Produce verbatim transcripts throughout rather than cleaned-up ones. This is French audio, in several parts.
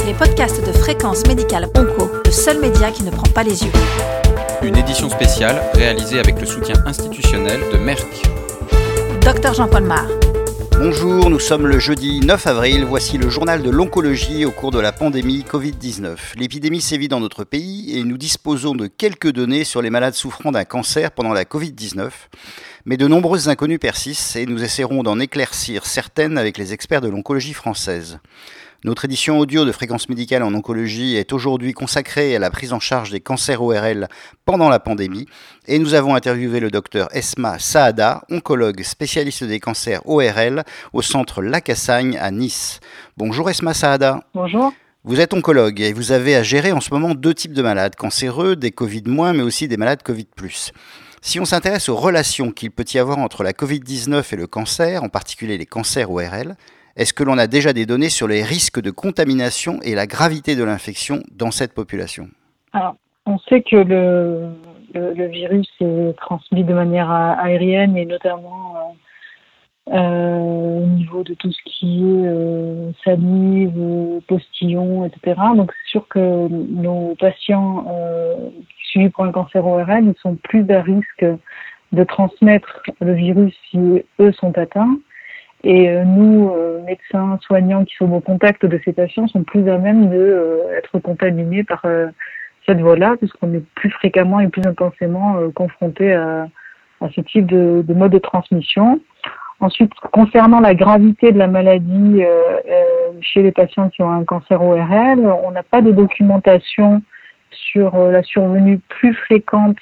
les podcasts de Fréquence Médicale Onco, le seul média qui ne prend pas les yeux. Une édition spéciale réalisée avec le soutien institutionnel de Merck. Docteur Jean-Paul Mar. Bonjour, nous sommes le jeudi neuf avril, voici le journal de l'oncologie au cours de la pandémie covid dix-neuf. L'épidémie sévit dans notre pays et nous disposons de quelques données sur les malades souffrant d'un cancer pendant la covid dix-neuf. Mais de nombreuses inconnues persistent et nous essaierons d'en éclaircir certaines avec les experts de l'oncologie française. Notre édition audio de Fréquence Médicale en oncologie est aujourd'hui consacrée à la prise en charge des cancers O R L pendant la pandémie et nous avons interviewé le docteur Esma Saada, oncologue spécialiste des cancers O R L au centre La Cassagne à Nice. Bonjour Esma Saada. Bonjour. Vous êtes oncologue et vous avez à gérer en ce moment deux types de malades, cancéreux, des Covid moins, mais aussi des malades Covid plus. Si on s'intéresse aux relations qu'il peut y avoir entre la covid dix-neuf et le cancer, en particulier les cancers O R L, est-ce que l'on a déjà des données sur les risques de contamination et la gravité de l'infection dans cette population ? Alors, on sait que le, le, le virus est transmis de manière aérienne et notamment euh, euh, au niveau de tout ce qui est euh, salive, postillon, et cetera. Donc, c'est sûr que nos patients euh, suivis pour un cancer O R L, ils sont plus à risque de transmettre le virus si eux sont atteints. Et euh, nous, euh, médecins, soignants qui sommes au contact de ces patients, sont plus à même d'être euh, contaminés par euh, cette voie-là, puisqu'on est plus fréquemment et plus intensément euh, confrontés à, à ce type de, de mode de transmission. Ensuite, concernant la gravité de la maladie euh, euh, chez les patients qui ont un cancer O R L, on n'a pas de documentation sur euh, la survenue plus fréquente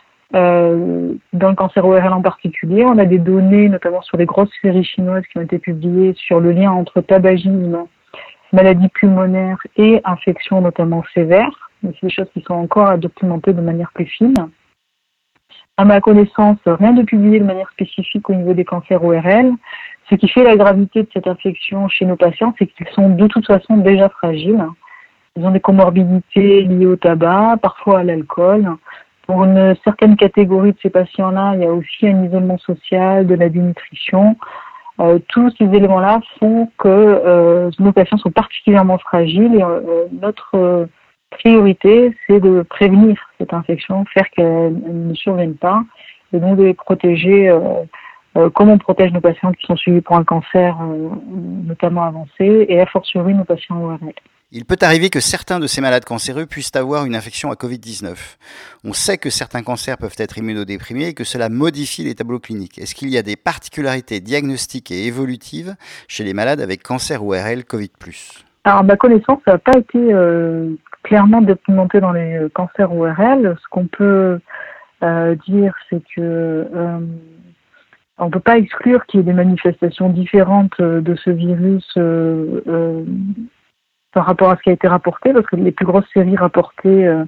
Euh, dans le cancer O R L en particulier. On a des données, notamment sur les grosses séries chinoises qui ont été publiées sur le lien entre tabagisme, maladie pulmonaire et infection notamment sévère. Mais c'est des choses qui sont encore à documenter de manière plus fine. À ma connaissance, rien de publié de manière spécifique au niveau des cancers O R L. Ce qui fait la gravité de cette infection chez nos patients, c'est qu'ils sont de toute façon déjà fragiles. Ils ont des comorbidités liées au tabac, parfois à l'alcool. Pour une certaine catégorie de ces patients-là, il y a aussi un isolement social, de la dénutrition. Euh, tous ces éléments-là font que euh, nos patients sont particulièrement fragiles et euh, notre euh, priorité, c'est de prévenir cette infection, faire qu'elle ne survienne pas et donc de les protéger euh, euh, comme on protège nos patients qui sont suivis pour un cancer euh, notamment avancé et a fortiori nos patients O R L. Il peut arriver que certains de ces malades cancéreux puissent avoir une infection à covid dix-neuf. On sait que certains cancers peuvent être immunodéprimés et que cela modifie les tableaux cliniques. Est-ce qu'il y a des particularités diagnostiques et évolutives chez les malades avec cancer O R L covid plus ? Alors, à ma connaissance, ça n'a pas été euh, clairement documenté dans les cancers O R L. Ce qu'on peut euh, dire, c'est que euh, on ne peut pas exclure qu'il y ait des manifestations différentes de ce virus euh, euh, par rapport à ce qui a été rapporté, parce que les plus grosses séries rapportées euh,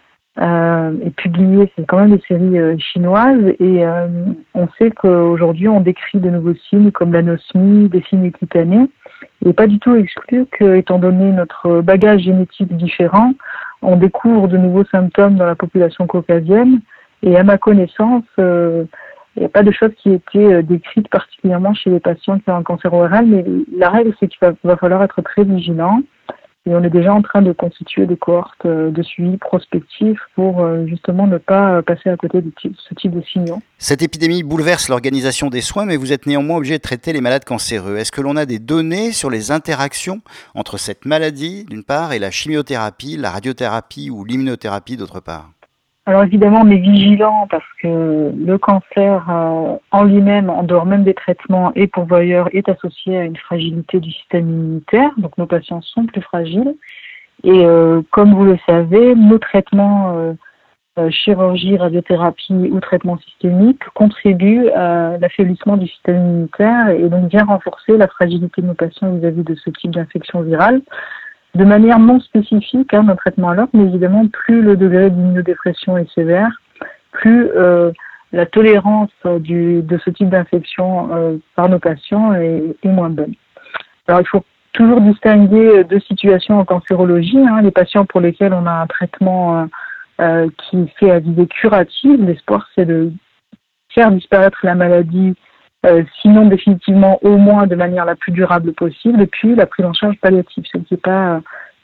euh, et publiées, c'est quand même des séries euh, chinoises, et euh, on sait qu'aujourd'hui on décrit de nouveaux signes comme l'anosmie, des signes cutanés. Il n'est pas du tout exclu que, étant donné notre bagage génétique différent, on découvre de nouveaux symptômes dans la population caucasienne, et à ma connaissance, euh, il n'y a pas de choses qui aient été décrites particulièrement chez les patients qui ont un cancer O R L, mais la règle, c'est qu'il va, va falloir être très vigilant. Et on est déjà en train de constituer des cohortes de suivi prospectif pour justement ne pas passer à côté de ce type de signaux. Cette épidémie bouleverse l'organisation des soins, mais vous êtes néanmoins obligé de traiter les malades cancéreux. Est-ce que l'on a des données sur les interactions entre cette maladie, d'une part, et la chimiothérapie, la radiothérapie ou l'immunothérapie, d'autre part ? Alors évidemment, on est vigilant parce que le cancer euh, en lui-même, en dehors même des traitements et pourvoyeurs, est associé à une fragilité du système immunitaire. Donc nos patients sont plus fragiles. Et euh, comme vous le savez, nos traitements, euh, euh, chirurgie, radiothérapie ou traitement systémique, contribuent à l'affaiblissement du système immunitaire et donc vient renforcer la fragilité de nos patients vis-à-vis de ce type d'infection virale. De manière non spécifique, hein, d'un traitement à l'autre, mais évidemment, plus le degré d'immunodépression est sévère, plus euh, la tolérance du, de ce type d'infection euh, par nos patients est, est moins bonne. Alors, il faut toujours distinguer deux situations en cancérologie. Hein, les patients pour lesquels on a un traitement euh, euh, qui fait à visée curative, l'espoir, c'est de faire disparaître la maladie, Euh, sinon définitivement au moins de manière la plus durable possible, et puis la prise en charge palliative, celle qui n'est pas euh,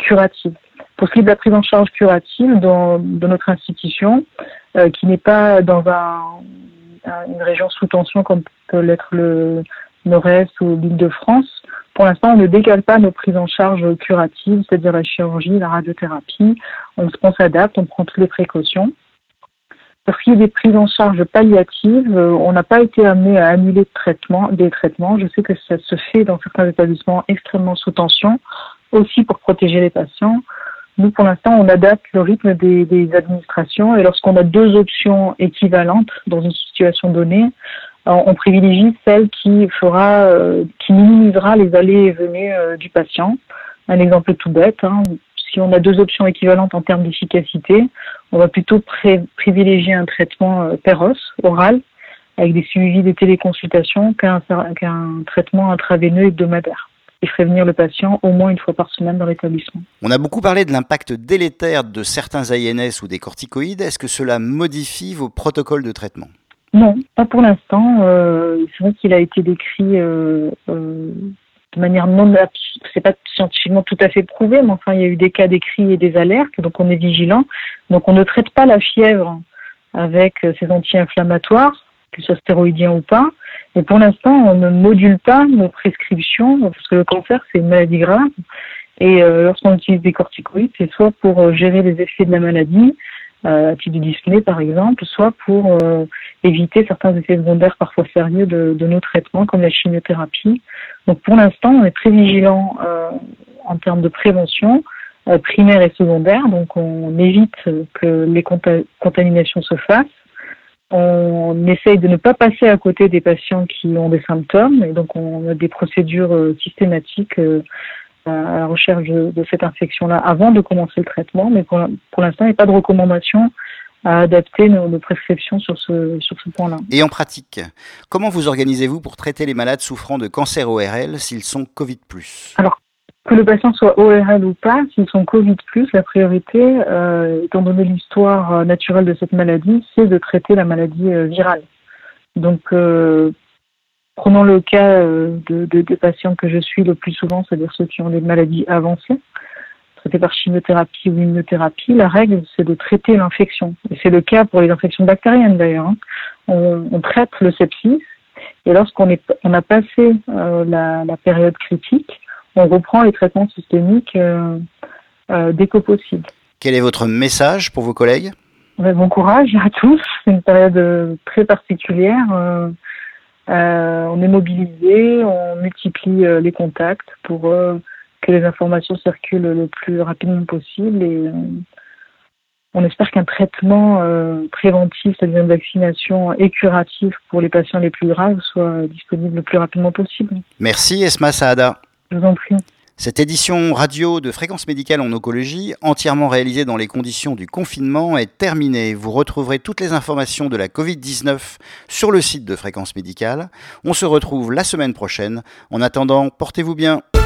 curative. Pour ce qui est de la prise en charge curative dans, dans notre institution, euh, qui n'est pas dans un, une région sous tension comme peut l'être le Nord-Est ou l'Île-de-France, pour l'instant, on ne décale pas nos prises en charge curatives, c'est-à-dire la chirurgie, la radiothérapie. On, on s'adapte, on prend toutes les précautions. Pour ce qui est des prises en charge palliatives, euh, on n'a pas été amené à annuler de traitement, des traitements. Je sais que ça se fait dans certains établissements extrêmement sous tension, aussi pour protéger les patients. Nous, pour l'instant, on adapte le rythme des, des administrations et lorsqu'on a deux options équivalentes dans une situation donnée, on privilégie celle qui fera, euh, qui minimisera les allées et venues euh, du patient. Un exemple tout bête, hein, si on a deux options équivalentes en termes d'efficacité, on va plutôt pré- privilégier un traitement euh, péros, oral, avec des suivis de téléconsultation qu'un, qu'un traitement intraveineux hebdomadaire. Il ferait venir le patient au moins une fois par semaine dans l'établissement. On a beaucoup parlé de l'impact délétère de certains A I N S ou des corticoïdes. Est-ce que cela modifie vos protocoles de traitement ? Non, pas pour l'instant. Euh, c'est vrai qu'il a été décrit euh, euh, de manière non, c'est pas scientifiquement tout à fait prouvé, mais enfin il y a eu des cas décrits et des alertes, donc on est vigilant. Donc on ne traite pas la fièvre avec ces anti-inflammatoires, que ce soit stéroïdiens ou pas. Et pour l'instant, on ne module pas nos prescriptions, parce que le cancer c'est une maladie grave. Et euh, lorsqu'on utilise des corticoïdes, c'est soit pour euh, gérer les effets de la maladie, euh, à titre de dyspnée par exemple, soit pour euh, éviter certains effets secondaires parfois sérieux de, de nos traitements, comme la chimiothérapie. Donc pour l'instant, on est très vigilant euh, en termes de prévention, euh, primaire et secondaire. Donc on évite que les conta- contaminations se fassent. On essaye de ne pas passer à côté des patients qui ont des symptômes. Et donc on a des procédures euh, systématiques euh, à la recherche de, de cette infection-là avant de commencer le traitement. Mais pour, pour l'instant, il n'y a pas de recommandation à adapter nos, nos prescriptions sur ce, sur ce point-là. Et en pratique, comment vous organisez-vous pour traiter les malades souffrant de cancer O R L s'ils sont Covid plus ? Alors, que le patient soit O R L ou pas, s'ils sont Covid plus, la priorité, euh, étant donné l'histoire naturelle de cette maladie, c'est de traiter la maladie euh, virale. Donc, euh, prenons le cas euh, de, de, des patients que je suis le plus souvent, c'est-à-dire ceux qui ont des maladies avancées, traités par chimiothérapie ou immunothérapie. La règle, c'est de traiter l'infection. Et c'est le cas pour les infections bactériennes d'ailleurs. Hein. On, on traite le sepsis et lorsqu'on est, on a passé euh, la, la période critique, on reprend les traitements systémiques euh, euh, dès que possible. Quel est votre message pour vos collègues ? Bon courage à tous. C'est une période très particulière. Euh, euh, on est mobilisé, on multiplie euh, les contacts pour euh, que les informations circulent le plus rapidement possible et euh, on espère qu'un traitement euh, préventif, c'est-à-dire une vaccination et curatif pour les patients les plus graves soit disponible le plus rapidement possible. Merci Esma Saada. Je vous en prie. Cette édition radio de Fréquence Médicale en oncologie, entièrement réalisée dans les conditions du confinement, est terminée. Vous retrouverez toutes les informations de la covid dix-neuf sur le site de Fréquence Médicale. On se retrouve la semaine prochaine. En attendant, portez-vous bien.